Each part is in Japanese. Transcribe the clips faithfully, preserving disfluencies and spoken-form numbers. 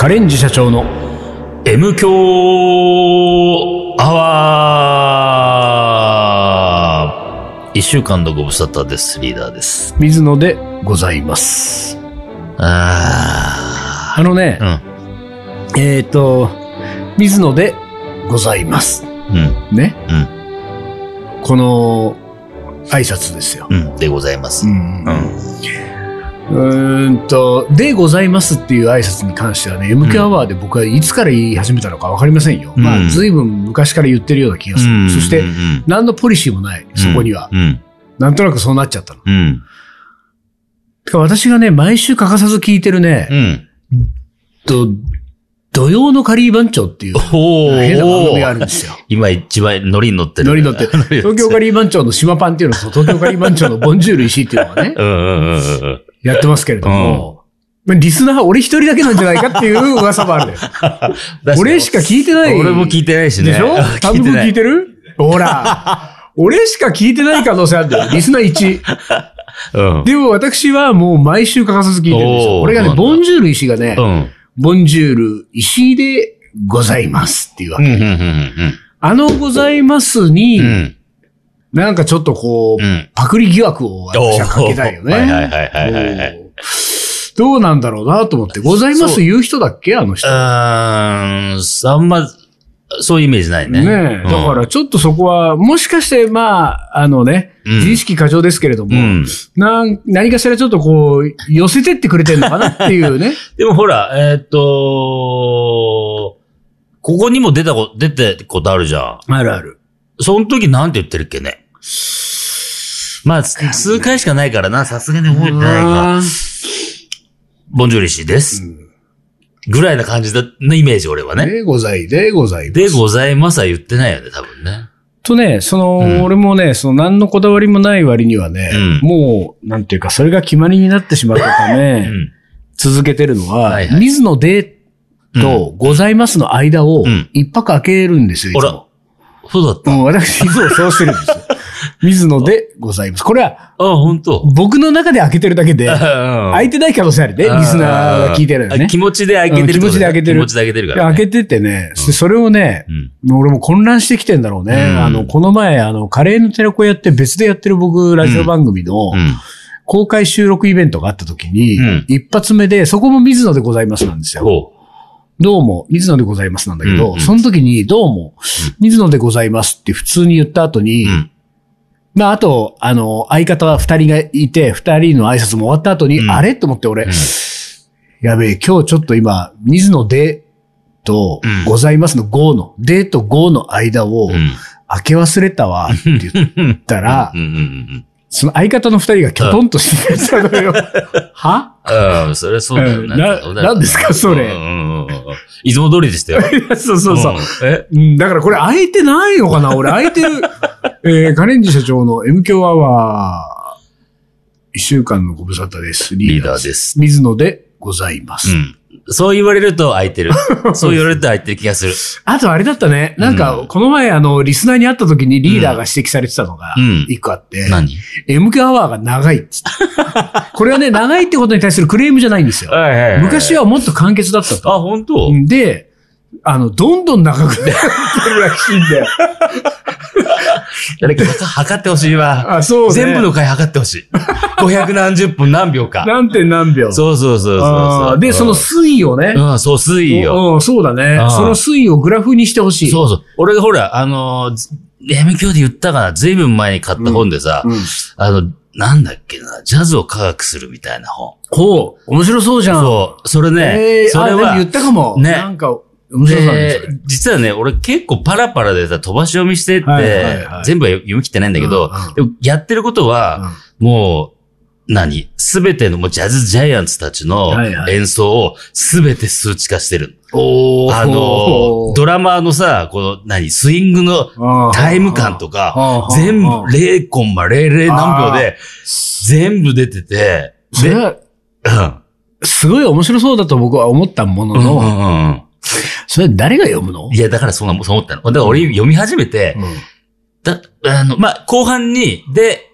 カレンジ社長の M 強アワー。一週間のご無沙汰です。リーダーです。 水野でございます。 ああのね、 うん、 えっ、ー、と水野でございます。 うん、 ね、 うん、 この挨拶ですよ。 うん、でございます。うん。うんうーんと、でございますっていう挨拶に関してはね、エムキュー アワーで僕はいつから言い始めたのかわかりませんよ。うん、まあ、随分昔から言ってるような気がする。うん、そして、何のポリシーもない、そこには。うん、なんとなくそうなっちゃったの。うん、てか私がね、毎週欠かさず聞いてるね、うん、と、土曜のカリー番長っていう変な番組があるんですよ。 今一番ノリに乗ってる。 ノリに乗ってる。東京カリー番長の島パンっていうのと、東京カリー番長のボンジュール石井っていうのがね。うんうんうんうんやってますけれども、うん、リスナーは俺一人だけなんじゃないかっていう噂もあるんだよ。俺しか聞いてない。 俺も聞いてないしね。 でしょ？多分聞いてる？ほら。俺しか聞いてない可能性あるんだよ。リスナーいち。うん、でも私はもう毎週欠かさず聞いてるんですよ。俺がね、ボンジュール石井がね、うん、ボンジュール石井でございますっていうわけ。うんうんうんうん、あのございますに、うんなんかちょっとこう、うん、パクリ疑惑を私はかけたいよね。はいはいはいはい、はい。どうなんだろうなと思って。ございます言う人だっけあの人。うーん、 あんま、そういうイメージないね。 ねえ、うん。だからちょっとそこは、もしかして、まあ、あのね、うん、自意識過剰ですけれども、うん、な何かしらちょっとこう、寄せてってくれてんのかなっていうね。 でもほら、えー、っと、ここにも出たこと、出てことあるじゃん。 あるある。 その時なんて言ってるっけね。まあ、数回しかないからな、さすがに覚えてないか。ボンジュール石井です、うん。ぐらいな感じだ、のイメージ俺はね。 でござい、でございます。 でございますは言ってないよね、多分ね。 とね、その、うん、俺もね、その何のこだわりもない割にはね、うん、もう、なんていうか、それが決まりになってしまったため、うん、続けてるのは、はいはい、水野でとございますの間を一泊開けるんですよ、いつも。 そうだった。 もう私、いつもそうしてるんですよ。水野でございます。これは、 あ、本当。 僕の中で開けてるだけで、開いてない可能性あるね。リスナーが聞いてるよね。 気持ちで開けてる、 うん。気持ちで開けてる。 気持ちで開けてるから、 ね。開けててね、うん、それをね、うん、俺も混乱してきてんだろうね。うん、あの、この前、あの、カレーの寺子やって別でやってる僕、ラジオ番組の、うんうん公開収録イベントがあった時に、うん、一発目で、そこも水野でございますなんですよ。どうも、水野でございますなんだけど、うんうん、その時に、どうも、水野でございますって普通に言った後に、うん、まあ、あと、あの、相方は二人がいて、二人の挨拶も終わった後に、うん、あれと思って俺、うん、やべえ、今日ちょっと今、水野でと、ございますのごの、でとごの間を、開け忘れたわって言ったら、その相方の二人がキョトンとしてたのよ。はうん、それそうだよね。 な、なんですか、それ。 いつも通りでしたよ。 そうそうそう。えだからこれ開いてないのかな俺開いてる。えー、カレンジ社長の エム 強アワー、一週間のご無沙汰です。 リーダーです。 水野でございます。うんそう言われると空いてる。そう言われると空いてる気がする。 あとあれだったね。なんか、この前あの、リスナーに会った時にリーダーが指摘されてたのが、一個あって。うん、何 ?エム 強アワーが長いっつって。これはね、長いってことに対するクレームじゃないんですよ。はいはいはい、昔はもっと簡潔だったと。 あ、本当？ で、あの、どんどん長くなってるらしいんだよ。 誰か測ってほしいわ。 あ、そうね。 全部の回測ってほしい。ごひゃくなんじゅっぷん何秒か。 何点何秒。 そうそうそうそう。 で、その推移をね。 うん、そう、推移を。 うん、そうだね。その推移をグラフにしてほしい。 そうそう。俺がほら、あのー、エム 強で言ったかな、ずいぶん前に買った本でさ、うんうん、あの、なんだっけな、ジャズを科学するみたいな本。 ほう、面白そうじゃん。 そう、それね、 えー、 それは。 言ったかも。ね。なんか、面白そうね。 実はね、俺結構パラパラでさ、飛ばし読みしてって、はいはいはい、全部は読み切ってないんだけど、うんうん、でもやってることは、うん、もう、何すべてのもうジャズジャイアンツたちの演奏をすべて数値化してる。はいはい、あの、ドラマーのさ、この何スイングのタイム感とか、全部 ゼロコンマゼロゼロ 何秒で全部出てて、 で、うん、すごい面白そうだと僕は思ったものの、うんうんうんそれ誰が読むの？ いや、だからそうそう思ったの。だから俺読み始めて、うん、だ、あの、まあ、後半に、で、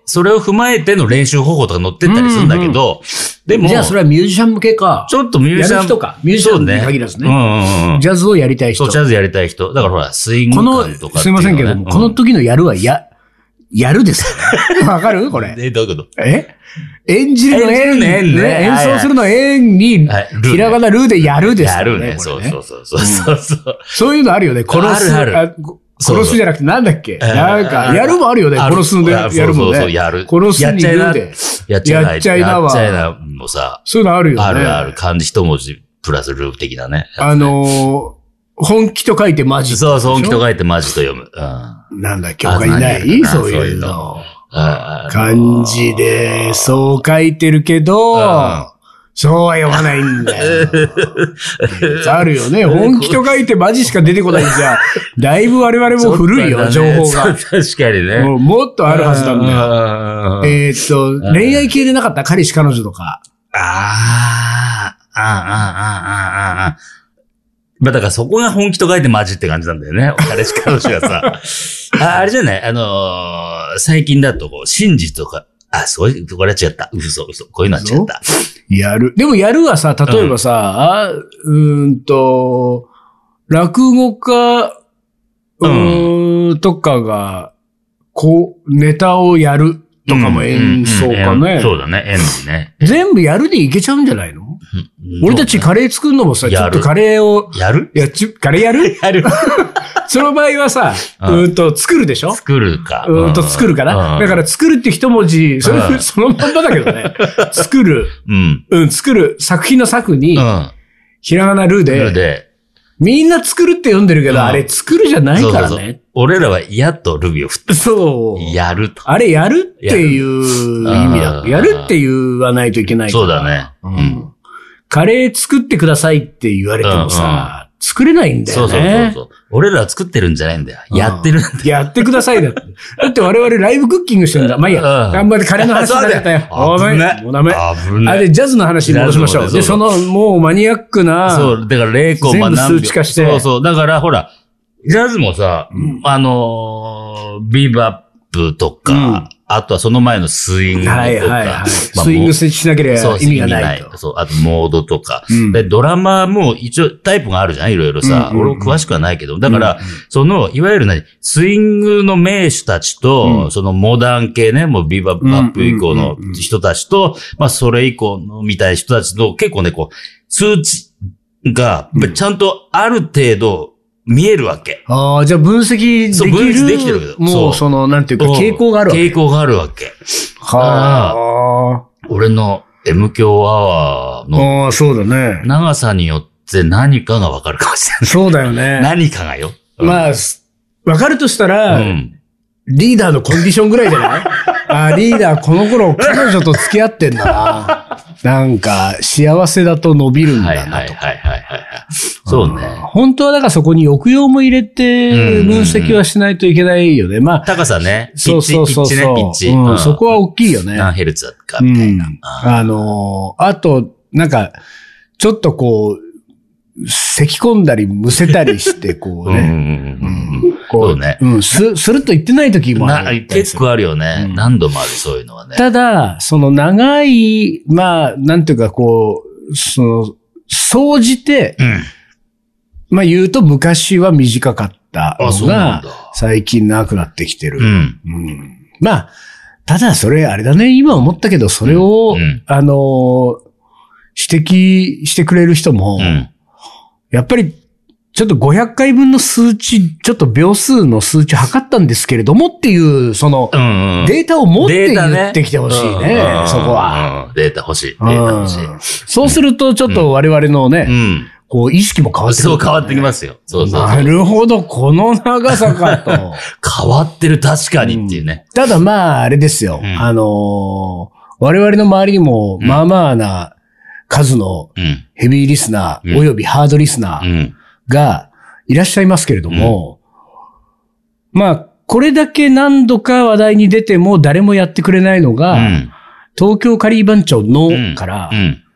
それを踏まえての練習方法とか載ってったりするんだけど、でも。 じゃあそれはミュージシャン向けか。 ちょっとミュージシャン。 やる人か。ミュージシャンに限らずね。 うんうんうん。 ジャズをやりたい人。 そう、ジャズやりたい人。だからほら、スイング感とか。 すいませんけども、この時のやるはや、やるですよね。わかるこれ。 え、どういうことえ演じるの演ね。演奏するの演に、ひらがなルーでやるですよね。 やるね。そうそうそうそうそう。 そういうのあるよね。殺す。あるある。殺すじゃなくてなんだっけなんか、やるもあるよね。殺すでやるもんね。そうそう、 やる。 殺すにルーで。 やっちゃいな。 やっちゃいなは。 やっちゃいなもさ。 そういうのあるよね。 あるある。漢字一文字プラスループ的なね。 あの、本気と書いてマジ。 そうそう、本気と書いてマジと読む。 なんだっけ他にないそういうの。漢字で、そう書いてるけど、そうは読まないんだよ。あるよね。本気と書いてマジしか出てこないんじゃ、だいぶ我々も古いよ、情報が。 確かにね。 もっとあるはずなんだよ。えっと、恋愛系でなかった彼氏彼女とか。 ああ、ああ、ああ、ああ、ああ。まあだからそこが本気と書いてマジって感じなんだよね。彼氏彼女がさ。あ、あれじゃないあのー、最近だとこう、真実とか、あ、そういう、これは違った。嘘、嘘。こういうのは違った。 やる。でもやるはさ、例えばさ、うん、うーんと、落語家、うーん、とかが、こう、ネタをやるとかも演奏かね。 そうだね、演技ね。 全部やるでいけちゃうんじゃないの？俺たちカレー作るのもさ、ちょっとカレーを。 やるやっち、カレーやるやる。 その場合はさ、うんと作るでしょ？ 作るか。 うんと作るかな。だから作るって一文字、それ、そのまんまだけどね。作る。うん。うん、作る。作品の作に、ひらがなルで、で、みんな作るって読んでるけど、あれ作るじゃないからね。 俺らはやっとルビを振って。 そう。 やると。 あれやるっていう意味だ。やるって言わないといけないから。 そうだね。うん。 カレー作ってくださいって言われてもさ、作れないんだよね。そうそうそう。 俺らは作ってるんじゃないんだよ。やってるんだよ。 やってくださいだって。だって我々ライブクッキングしてるんだ。まあいいや。頑張ってカレーの話になっちゃったよ。 危ない。 もうダメ。危ない。あれ、ジャズの話に戻しましょう。で、その、もうマニアックな。 そう、だかられいコンマ何秒。全部数値化して。そうそう。だからほら、ジャズもさ、あの、ビーバップとか、あとはその前のスイングとか。はいはいはい。 スイングしなければ意味がないと。 そう、あとモードとか。で、ドラマも一応タイプがあるじゃんいろいろさ。俺も詳しくはないけど。だから、その、いわゆる何、スイングの名手たちと、そのモダン系ね、もうビーバップ以降の人たちと、まあそれ以降のみたいな人たちと結構ね、こう、数値が、ちゃんとある程度、見えるわけ。 ああ、じゃあ分析できる。そう、分析できてるけど。 もう、その、なんていうか、傾向があるわけ。 傾向があるわけ。はあ。俺の M 響アワーの。 ああ、そうだね。 長さによって何かがわかるかもしれない。 そうだよね。 何かがよ。 まあ、わかるとしたら、リーダーのコンディションぐらいじゃないあ、リーダーこの頃彼女と付き合ってんだな。なんか、幸せだと伸びるんだなと。はいはいはいはい、はい。 そうね。 本当はだからそこに抑揚も入れて分析はしないといけないよね。まあ。 高さね。 そうそうそうそう。ピッチね、ピッチ。うん、そこは大きいよね。 何ヘルツだかみたいな。うん、 あのー、あと、なんか、ちょっとこう、咳込んだりむせたりして、こうね。 そうね。 うん、す、するっと言ってない時もある。 結構あるよね、うん。何度もある、そういうのはね。 ただ、その長い、まあ、なんていうかこう、その、総じて、うん、まあ言うと昔は短かったのが、最近長くなってきてる。うんうん、まあ、ただそれあれだね、今思ったけど、それを、うん、あの、指摘してくれる人も、うんやっぱり、ちょっとごひゃっかいぶんの数値、ちょっと秒数の数値測ったんですけれどもっていう、その、データを持って言ってきてほしいね、そこは。 データ欲しい。データ欲しい。 そうすると、ちょっと我々のね、こう、意識も変わってくる。 そう変わってきますよ。そうそう。 なるほど、この長さかと。 変わってる、確かにっていうね。 ただまあ、あれですよ。あの、我々の周りにも、まあまあな、数のヘビーリスナー、およびハードリスナーがいらっしゃいますけれども、うん、まあ、これだけ何度か話題に出ても誰もやってくれないのが、うん、東京カリー番長のから、うんうん、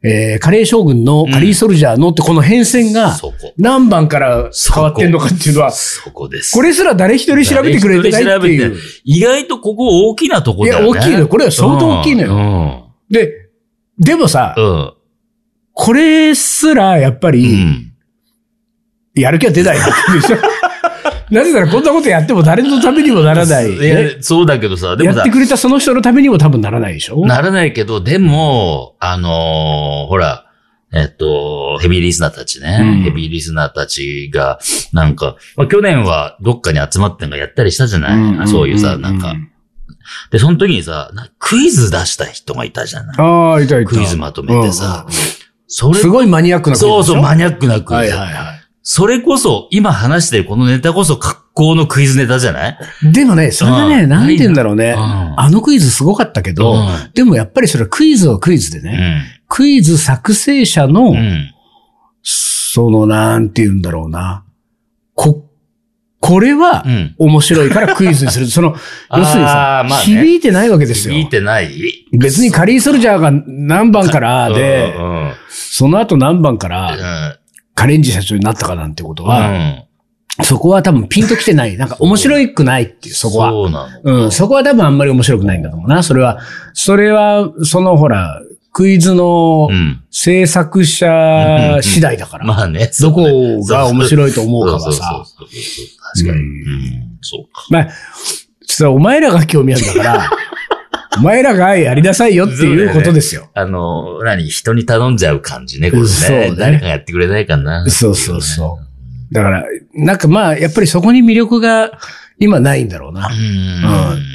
えー、カレー将軍のカリーソルジャーのってこの変遷が何番から変わってんのかっていうのは、 そこです。 これすら誰一人調べてくれてないっていう。 意外とここ大きなとこだよね。 いや、大きいのよ。これは相当大きいのよ。うんうん、で、でもさ、うん、これすらやっぱり、うん、やる気は出ないなってでしょ。なぜならこんなことやっても誰のためにもならない、ね。 いや、そうだけどさ、 でもさ。やってくれたその人のためにも多分ならないでしょ？ ならないけど、でも、あのー、ほら、えっと、ヘビーリスナーたちね。うん、ヘビーリスナーたちが、なんか、まあ、去年はどっかに集まってんがやったりしたじゃない、うん、そういうさ、なんか。で、その時にさ、クイズ出した人がいたじゃない。 ああ、いたいた。 クイズまとめてさ。 うんうん、それすごいマニアックなクイズでしょ？ そうそう、マニアックなクイズ。 はいはいはい。 それこそ、今話してるこのネタこそ格好のクイズネタじゃない？ でもね、それがね、うん、なんて言うんだろうね、うん。あのクイズすごかったけど、うん、でもやっぱりそれはクイズはクイズでね、うん、クイズ作成者の、うん、その、なんて言うんだろうな。こ、これは、面白いからクイズにする。その、要するにさ、まあね、響いてないわけですよ。 響いてない。 別にカリーソルジャーが何番からで、うんうん、その後何番から、うんカレンジ社長になったかなんてことは、うん、そこは多分ピンと来てない。なんか面白くないっていう、そこは。 そうなの。うん、そこは多分あんまり面白くないんだと思うな。それは、それは、そのほら、クイズの制作者次第だから。 まあね。 どこが面白いと思うかはさ。 確かに。うん、そうか。 まあ、実はお前らが興味あるんだから、お前らがやりなさいよっていうことですよ。ね、 あの、何人に頼んじゃう感じね、これね。そうね。誰かやってくれないかな。 そうそうそう。だから、なんかまあ、やっぱりそこに魅力が今ないんだろうな。うん。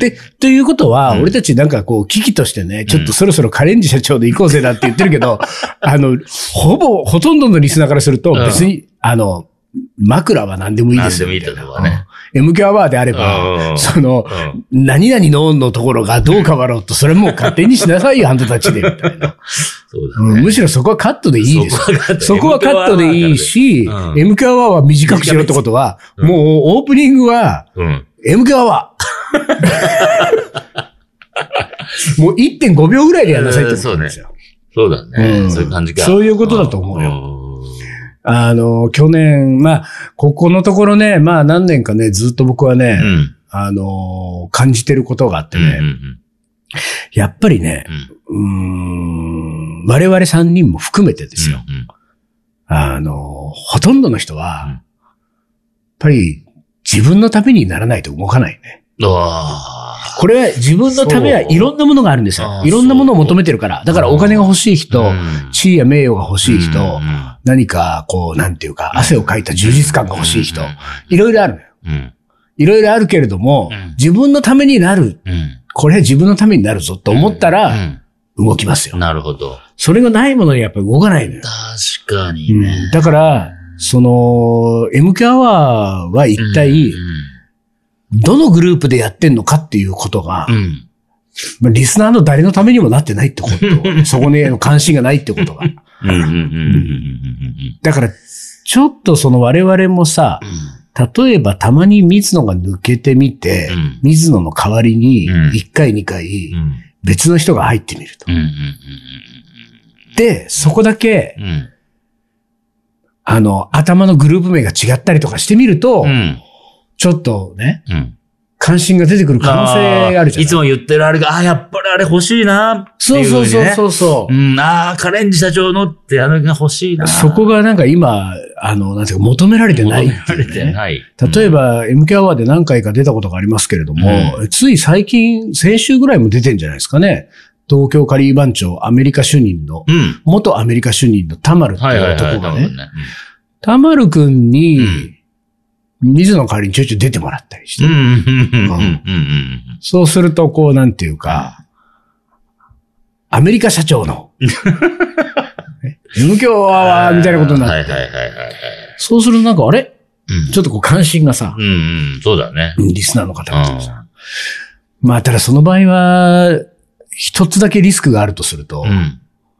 で、ということは、うん、俺たちなんかこう、危機としてね、ちょっとそろそろカレンジ社長で行こうぜなんて言ってるけど、あの、ほぼ、ほとんどのリスナーからすると、別に、うん、あの、枕は何でもいいですよ。 何でもいいとかね。 エムキュアワーであれば、その、何々ののところがどう変わろうと、それもう勝手にしなさいよ、あんたたちで、みたいな。そうだね。むしろそこはカットでいいです。そこはカットでいいし、エムキュアワーは短くしろってことは、もうオープニングは、エムキュアワー。もう いってんごびょうぐらいでやんなさいってことですよ。 そうだね。そういう感じか。 そういうことだと思うよ。あの、去年、まあ、ここのところね、まあ何年かね、ずっと僕はね、うん、あの、感じてることがあってね、うんうんうん、やっぱりね、うん、うーん、我々さんにんも含めてですよ、うんうん、あの、ほとんどの人は、うん、やっぱり自分のためにならないと動かないね。これは自分のためはいろんなものがあるんですよ。いろんなものを求めてるから。だからお金が欲しい人、うん、地位や名誉が欲しい人、うん、何かこう、なんていうか、汗をかいた充実感が欲しい人、いろいろあるのよ。いろいろあるけれども、うん、自分のためになる、うん、これは自分のためになるぞと思ったら、動きますよ。 なるほど。 それがないものにやっぱり動かないのよ。 確かにね。 うん、だから、その、エムキュアワーは一体、どのグループでやってんのかっていうことが、うんまあ、リスナーの誰のためにもなってないってこと、そこにの関心がないってことが。だから、ちょっとその我々もさ、うん、例えばたまに水野が抜けてみて、うん、水野の代わりにいっかいにかい別の人が入ってみると。で、そこだけ、うん、あの、頭のグループ名が違ったりとかしてみると、うんちょっとね、うん、関心が出てくる可能性があるじゃん。 いつも言ってるあれが、あ、やっぱりあれ欲しいなっていう、ね。 そうそうそうそう。 うん、ああ、カレンジ社長のってあのが欲しいな。 そこがなんか今、あの、なんていうか求められてないっていう、ね。求められてない。例えば、エムキュアワーで何回か出たことがありますけれども、うん、つい最近、先週ぐらいも出てんじゃないですかね。東京カリー番長、アメリカ主任の、うん、元アメリカ主任のタマルっていう男がね、タマル君に、うん水野の代わりにちょいちょい出てもらったりして。そうすると、こう、なんていうか、アメリカ社長の、エムキュアワーみたいなことになって。そうするとなんか、あれ、うん、ちょっとこう関心がさ、 うんうん、そうだね。 リスナーの方々さ。まあ、ただその場合は、一つだけリスクがあるとすると、うん、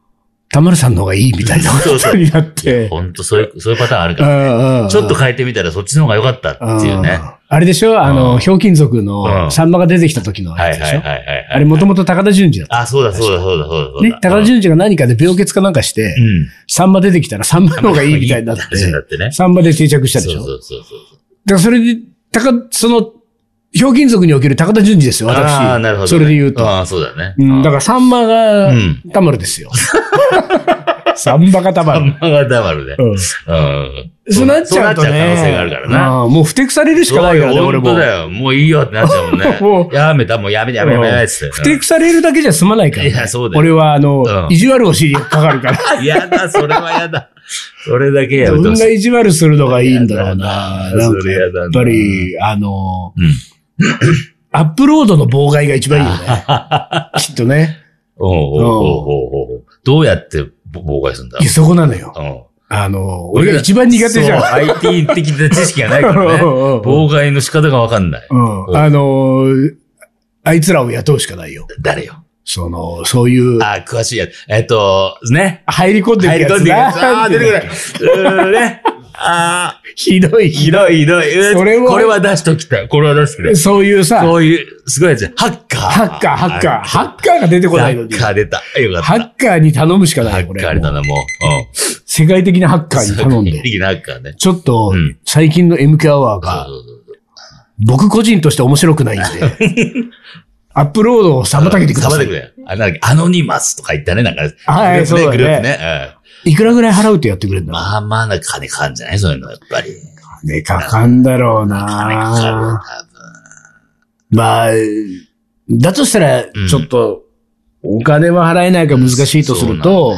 田丸さんの方がいいみたいなことになって。 本当そういう、そういうパターンあるからね。ちょっと変えてみたらそっちの方が良かったっていうね。 あれでしょあの、ひょうきん族のサンマが出てきた時のやつでしょあれもともと高田純次だった。 あ、そうだそうだそうだそうだ。 ね、高田純次が何かで病欠かなんかして、サンマ出てきたらサンマの方がいいみたいになって、サンマで定着したでしょそうそうそうそう。だからそれで、高、その、ひょうきん族における高田純次ですよ、私。ああ、なるほど。それで言うと。 ああ、そうだね。 うん、だからサンマが、田丸ですよ。サンマが田丸。 サンマが田丸ね。うん。 そうなっちゃうとね。 可能性があるからな。 もうふてくされるしかないからね、俺も。 本当だよ。もういいよってなっちゃうもんね。もうやめた、もうやめてやめてやめてって。 ふてくされるだけじゃ済まないから。 いや、そうだよ。 俺は、あの、意地悪をしにかかるから。 やだ、それはやだ。それだけやめて。 どんな意地悪するのがいいんだろうな。なんかやっぱり、あの、アップロードの妨害が一番いいよね。きっとね。 おうおうおうおうどうやって妨害するんだ？ いや、そこなのよ。あの、俺が一番苦手じゃん。 アイティー 的な知識がないからね。妨害の仕方がわかんない。 うん。あの、あいつらを雇うしかないよ。 誰よ？ その、そういう。 あ、詳しいやつ。えっと、ね。 入り込んでるやつ。入り込んでるやつ。 ああ、出てくる。うん、ね。ああ。 ひどい、 ひどい、ひどい。それも。これは出しときたい。これは出してくれ。 そういうさ。 そういう、すごいやつ。ハッカー。 ハッカー、ハッカー。ハッカーが出てこないのに。 ハッカー出た。よかった。 ハッカーに頼むしかない、 これ。ハッカーに頼もう。 世界的なハッカーに頼んで。 世界的なハッカーね。 ちょっと、最近の エムケー アワーが、僕個人として面白くないんで。アップロードを妨げてください。妨げてくれ。あ、なんかアノニマスとか言ったね、なんか。 はい、そうだね。グループね。いくらぐらい払うとやってくれるんだまあまあな金かかんじゃないそういうの、やっぱり。 金かかんだろうな金かかる、多分。まあ、だとしたら、ちょっと、お金は払えないか難しいとすると、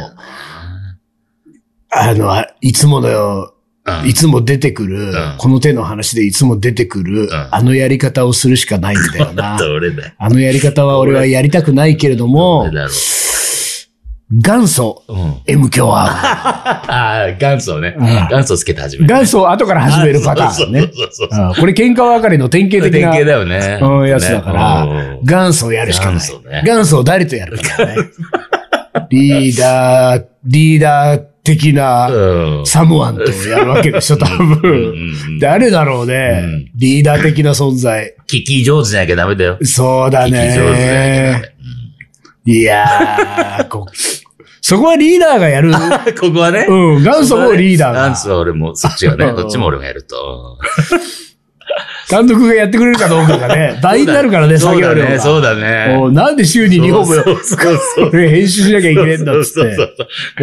あの、いつものよ、いつも出てくる、この手の話でいつも出てくる、あのやり方をするしかないんだよな。あのやり方は俺はやりたくないけれども、元祖、エムケー アワー。 ああ、元祖ね。元祖つけて始める。 元祖を後から始めるパターンね。これ喧嘩別れの典型的な。 典型だよね。 やつだから、元祖をやるしかない。元祖を誰とやるかね。リーダー、リーダー的なサムワンとやるわけでしょ、多分。誰だろうね。リーダー的な存在。 聞き上手じゃなきゃダメだよ。 そうだね。聞き上手じゃなきゃダメ。いやー、こそこはリーダーがやる。 ここはね。 うん、元祖もリーダーが。 元祖は俺も、そっちがね、どっちも俺がやると。 監督がやってくれるかどうかがね、倍になるからね、作業量が。 そうだね。 もうなんで週ににほんも俺編集しなきゃいけないんだっつって。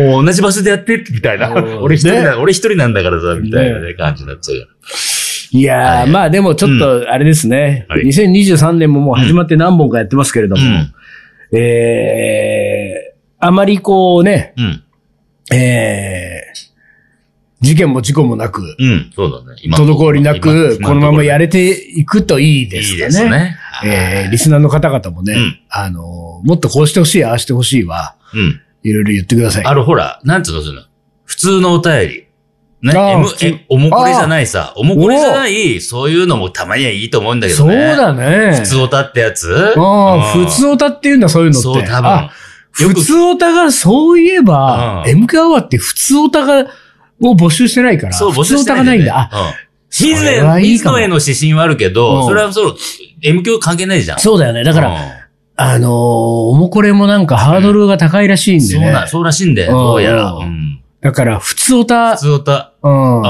もう同じ場所でやってみたいな。俺一人な、俺一人なんだからさ、みたいな感じになっちゃうから。 いやー、まあでもちょっと、あれですね。にせんにじゅうさんねんももう始まって何本かやってますけれども。えー、あまりこうね、うん、えー、事件も事故もなく、 うん、そうだね。 滞りなく、このままやれていくといいですね。いいですね。えー、リスナーの方々もね、うん、あの、もっとこうしてほしい、ああしてほしいは、うん、いろいろ言ってください。 あの、ほら、なんつうの、その、普通のお便り。ね、M、え、おもこれじゃないさ。おもこれじゃない、そういうのもたまにはいいと思うんだけどね。 そうだね。 普通オタってやつああ、普通オタっていうんだ、そういうのって。そう、多分。普通オタが、そういえば、エムケー アワーって普通オタが、を募集してないから。そう、募集してない。普通オタがないんだ。あ、 水野、水野への指針はあるけど、それはそう、エムケー 関係ないじゃん。 そうだよね。だから、あのー、おもこれもなんかハードルが高いらしいんでね。 そうな、そうらしいんだよ。どうやら。 だから、普通オタ。 普通オタ。 うん。うん。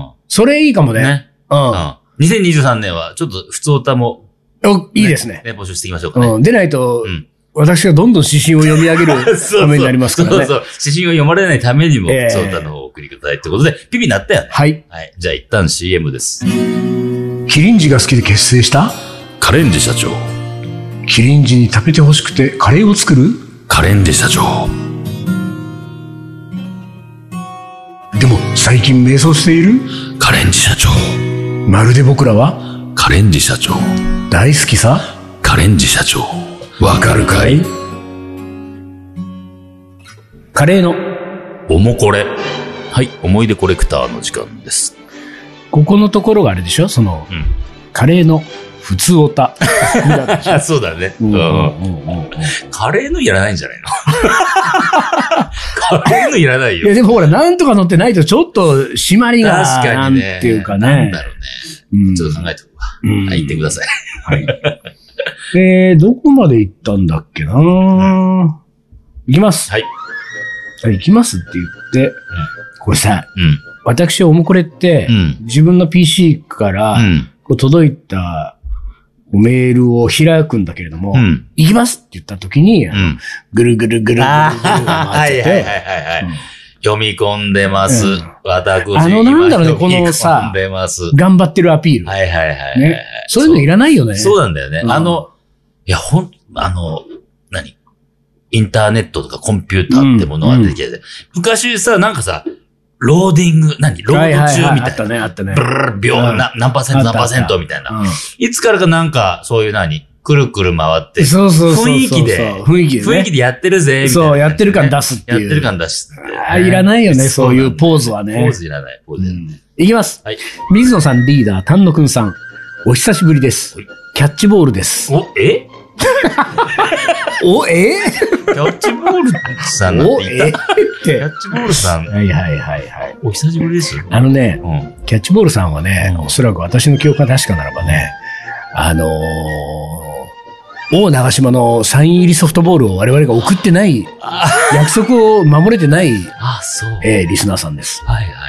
それいいかもね。ね。うん。 にせんにじゅうさんねんは、ちょっと普通オタも。 お、いいですね。 ね、募集していきましょうかね。 うん。でないと、私がどんどん指針を読み上げるためになりますからね。 そうそう。指針を読まれないためにも、普通オタの方をお送りください。ってことで、ピピなったよね。 はい。 はい。じゃあ一旦 シーエム です。 キリンジが好きで結成したカレンジ社長。 キリンジに食べてほしくてカレーを作るカレンジ社長。 でも最近迷走しているカレンジ社長。 まるで僕らはカレンジ社長。 大好きさカレンジ社長。わかるかい？ カレーのおもこれ。はい、思い出コレクターの時間です。 ここのところがあれでしょその、うん、カレーの普通オタ。 そうだね。うんうんうんうん、カレーのいらないんじゃないのこういうのいらないよ。 いや、でもほら、なんとか乗ってないとちょっと締まりが、 確かにね。 なんていうかね。 なんだろうね。うん、ちょっと考えておくわ。うん、はい、言ってください。はい。 えー、どこまで行ったんだっけな、うん、行きます。 はい。 行きますって言って、うん、これさ、 うん、 私、おもこれって、うん、自分の ピーシー から、こう届いた、メールを開くんだけれども、うん、行きますって言った時に、うん、ぐるぐるぐるぐるぐる回ってて、はいはいはいはい、うん、読み込んでます。うん、私、 あのなんだろうね、このさ、頑張ってるアピール。 はいはいはい、はいね。そういうのいらないよね。 そうなんだよね。うん、あの、いや、ほん、あの、何インターネットとかコンピューターってものが出てきて、うんうん、昔さ、なんかさ、ローディング、何ロード中みたいな。はいはいはい、あったね、あったね。ブルル秒、うん、な何パーセント何パーセントみたいな、うん。いつからかなんか、そういう何くるくる回って。 そうそうそうそう。 雰囲気で。 雰囲気で、ね。 雰囲気でやってるぜ、みたいな、ね。 そう、やってる感出すっていう。 やってる感出すって、ね。 あ、いらないよね、そういうポーズはね。 ポーズいらない、ポーズいらない。うん、 いきます。はい。水野さんリーダー、丹野くんさん。お久しぶりです。キャッチボールです。 お、えお、えキャッチボールさんなんて言った。 お、えって。 キャッチボールさん。 はいはいはいはい。 お久しぶりですよ。 あのね、うん、キャッチボールさんはね、うん、おそらく私の記憶が確かならばね、あのー、大長島のサイン入りソフトボールを我々が送ってない、約束を守れてない、 あ、そう。 えー、リスナーさんです。 はいはいはい。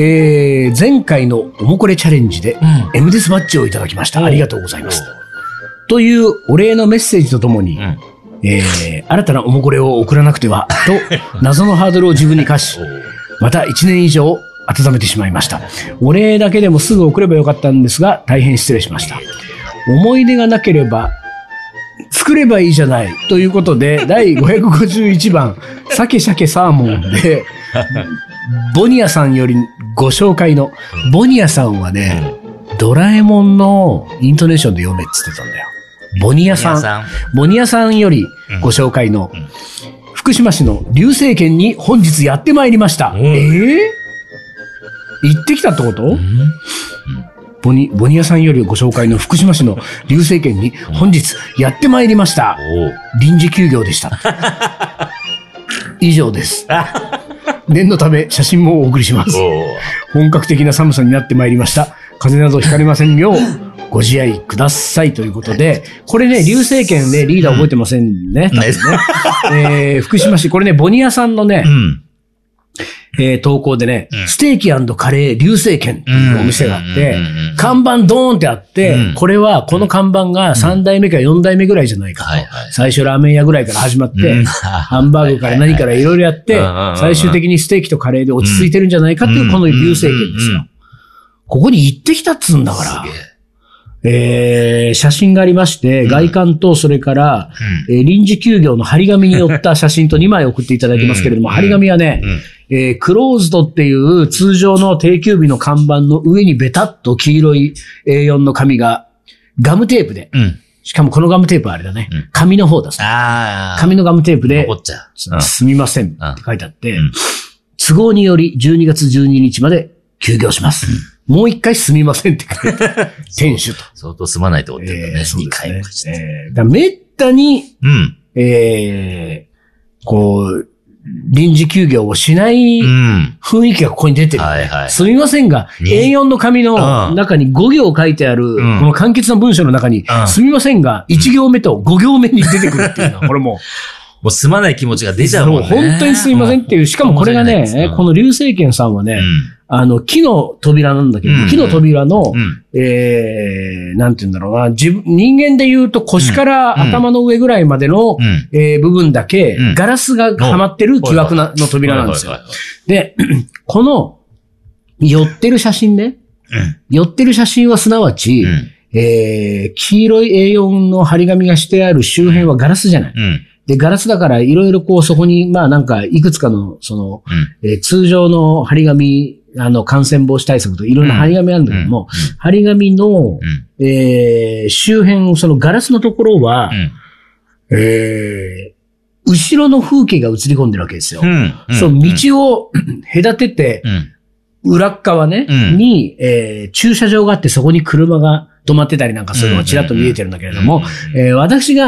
えー、前回のおもこれチャレンジで、うん、エムデスバッジをいただきました。ありがとうございます。というお礼のメッセージとともに、うん、えー、新たなおもこれを送らなくては、と謎のハードルを自分に課し、またいちねん以上温めてしまいました。お礼だけでもすぐ送ればよかったんですが、大変失礼しました。思い出がなければ、作ればいいじゃない。ということで、だいごひゃくごじゅういちばん、鮭鮭サーモンで、ボニアさんよりご紹介の、ボニアさんはね、ドラえもんのイントネーションで読めって言ってたんだよ。ボニアさん。ボニアさんよりご紹介の、福島市の流星軒に本日やってまいりました。えー、行ってきたってこと、うん、ボニ、ボニアさんよりご紹介の福島市の流星軒に本日やってまいりました。臨時休業でした。以上です。念のため写真もお送りします。本格的な寒さになってまいりました。風邪などひかれませんようご自愛くださいということで、これね、流星軒でリーダー覚えてませんね。うん、ねえー、福島市、これね、ボニアさんのね、うんえー、投稿でね、うん、ステーキ&カレー流星軒っていうお店があって、看板ドーンってあって、うん、これはこの看板がさん代目かよん代目ぐらいじゃないかと。うん、最初ラーメン屋ぐらいから始まって、うん、ハンバーグから何からいろいろやって、最終的にステーキとカレーで落ち着いてるんじゃないかっていうこの流星軒ですよ。ここに行ってきたっつうんだから。えー、写真がありまして、うん、外観とそれから、うんえー、臨時休業の張り紙によった写真とにまい送っていただいてますけれども、うん、張り紙はね、うんえー、クローズドっていう通常の定休日の看板の上にベタっと黄色い エーよん の紙がガムテープで、うん、しかもこのガムテープはあれだね、うん、紙の方だそう。紙のガムテープで、うん、すみませんって書いてあって、うん、都合によりじゅうにがつじゅうににちまで休業します。うんもう一回すみませんって書いて店主と。 相当すまないと思ってるんだね。えー、にかいもして。 えー、だめったに、うん、えー、こう、臨時休業をしない雰囲気がここに出てる、ねうんはいはい。すみませんが、エーよん の紙の中にご行書いてある、うん、この簡潔な文章の中に、うん、すみませんが、いち行目とご行目に出てくるっていうのは、これももうすまない気持ちが出ちゃうもんね。 本当にすみませんっていう、しかもこれがね、この流星軒さんはね、うんあの、木の扉なんだけど、うんうん、木の扉の、うん、えー、なんて言うんだろうな、自分、人間で言うと腰から頭の上ぐらいまでの、うん、えー、部分だけ、うん、ガラスがはまってる木枠なの扉なんですよ。で、この、寄ってる写真ね、うん、寄ってる写真はすなわち、うん、えー、黄色い エーよん の張り紙がしてある周辺はガラスじゃない。うんで、ガラスだからいろいろこうそこに、まあなんかいくつかの、その、うんえー、通常の張り紙、あの感染防止対策といろんな張り紙あるんだけども、うんうん、張り紙の、うんえー、周辺、そのガラスのところは、うんえー、後ろの風景が映り込んでるわけですよ。うんうん、その道を隔てて、うん、裏っ側ね、うん、に、えー、駐車場があってそこに車が止まってたりなんかするのがちらっと見えてるんだけれども、うんえー、私が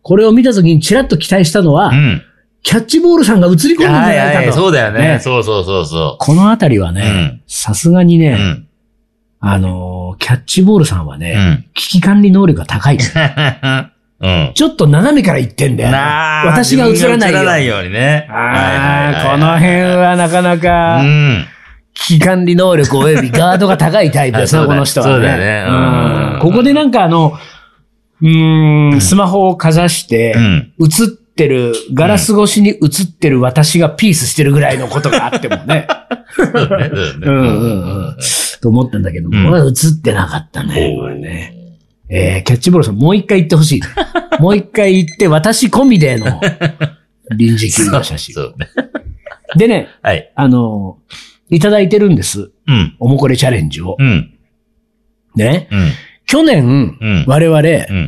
これを見たときにちらっと期待したのは、うん、キャッチボールさんが映り込むんじゃないかと。はいはい、 そうだよね。ね、そうそうそうそう。 このあたりはね、さすがにね、うん、あのー、キャッチボールさんはね、うん、危機管理能力が高い。うん、ちょっと斜めから言ってんだよ、ね。私が映らないように。映らないようにね。ああ、この辺はなかなか、うん、危機管理能力及びガードが高いタイプですね、この人はね。そうだよね。うん、ここでなんかあの、うーん、スマホをかざして、映ってる、ガラス越しに映ってる私がピースしてるぐらいのことがあってもね。うんうんうん。と思ったんだけど、これは映ってなかったね、これね。えー、キャッチボールさんもう一回言ってほしい。もう一回言って、私込みでの臨時休業写真。そうね。でね、はい、あの、いただいてるんです。うん。おもこれチャレンジを。うん。ね。うん。去年、うん、我々、うん、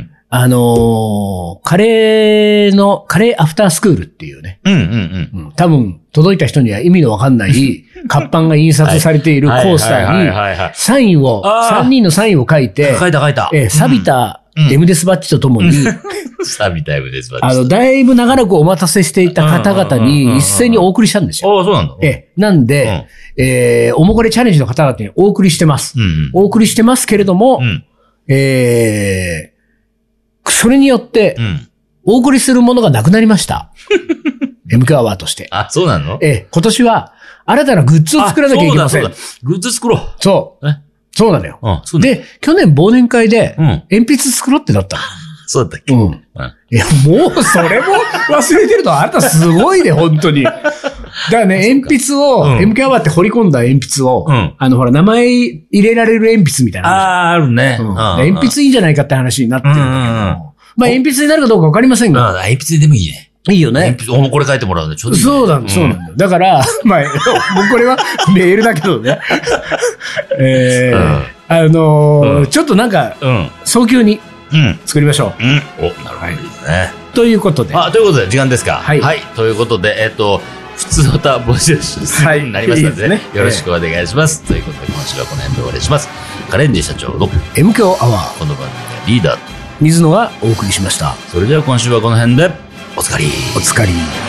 あのー、カレーの、カレーアフタースクールっていうね。うんうんうん。うん、多分、届いた人には意味のわかんない、活版が印刷されているコースターに、サインを、さんにんのサインを書いて、 書いた書いた。 えー、錆びたエムデスバッジとともに、 錆びたエムデスバッジ。 あの、だいぶ長らくお待たせしていた方々に一斉にお送りしたんですよ。 ああ、そうなんだ。 えー、なんで、うん、えー、おもこれチャレンジの方々にお送りしてます。うんうん、お送りしてますけれども、うん、えー、それによって、うん、お送りするものがなくなりました。エムケー アワーとして。 あ、そうなの？ ええ、今年は、新たなグッズを作らなきゃいけません。そうだ、そうだ。グッズ作ろう。 そう。えそうなのよ。あそうで、去年忘年会で、鉛筆作ろうってなった。 そうだったっけ？うん。 いや、もう、それも忘れてると、あなたすごいね、本当に。だからね、鉛筆を、うん、エムケー アワーって掘り込んだ鉛筆を、うん、あの、ほら、名前入れられる鉛筆みたいな。 ああ、あるね、うん。 鉛筆いいんじゃないかって話になってるんだけど、まあ、鉛筆になるかどうかわかりませんが。 鉛筆でもいいね。 いいよね。 鉛筆、おこれ書いてもらうんで、ちょっと、ね。 そうなんだ、そうなんだ。だから、まあ、もうこれはメールだけどね。えー、うん、あのーうん、ちょっとなんか、うん、早急に作りましょう。うん。うん、お、なるほど、いいですね。ということで。 あ、ということで、時間ですか。はい。はい。ということで、えっと、普通のタ募集するようになりましたのでね、よろしくお願いします。ということで、今週はこの辺で終わりします。カレンジ社長のエムケー アワー。 この番組のリーダー、 水野がお送りしました。 それでは今週はこの辺で、おつかり。 おつかり。